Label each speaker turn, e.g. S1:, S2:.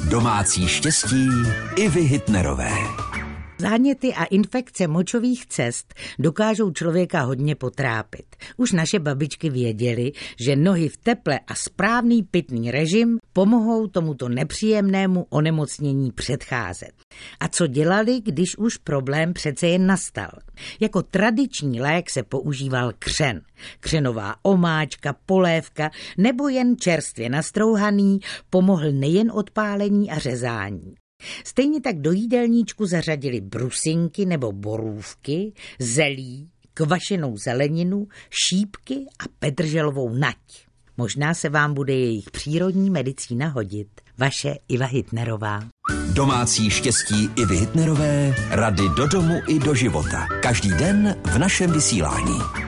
S1: Domácí štěstí Ivy Hitnerové.
S2: Záněty a infekce močových cest dokážou člověka hodně potrápit. Už naše babičky věděly, že nohy v teple a správný pitný režim pomohou tomuto nepříjemnému onemocnění předcházet. A co dělali, když už problém přece jen nastal? Jako tradiční lék se používal křen. Křenová omáčka, polévka nebo jen čerstvě nastrouhaný pomohl nejen od pálení a řezání. Stejně tak do jídelníčku zařadili brusinky nebo borůvky, zelí, kvašenou zeleninu, šípky a petrželovou nať. Možná se vám bude jejich přírodní medicína hodit. Vaše Iva Hitnerová.
S1: Domácí štěstí Ivy Hitnerové, rady do domu i do života. Každý den v našem vysílání.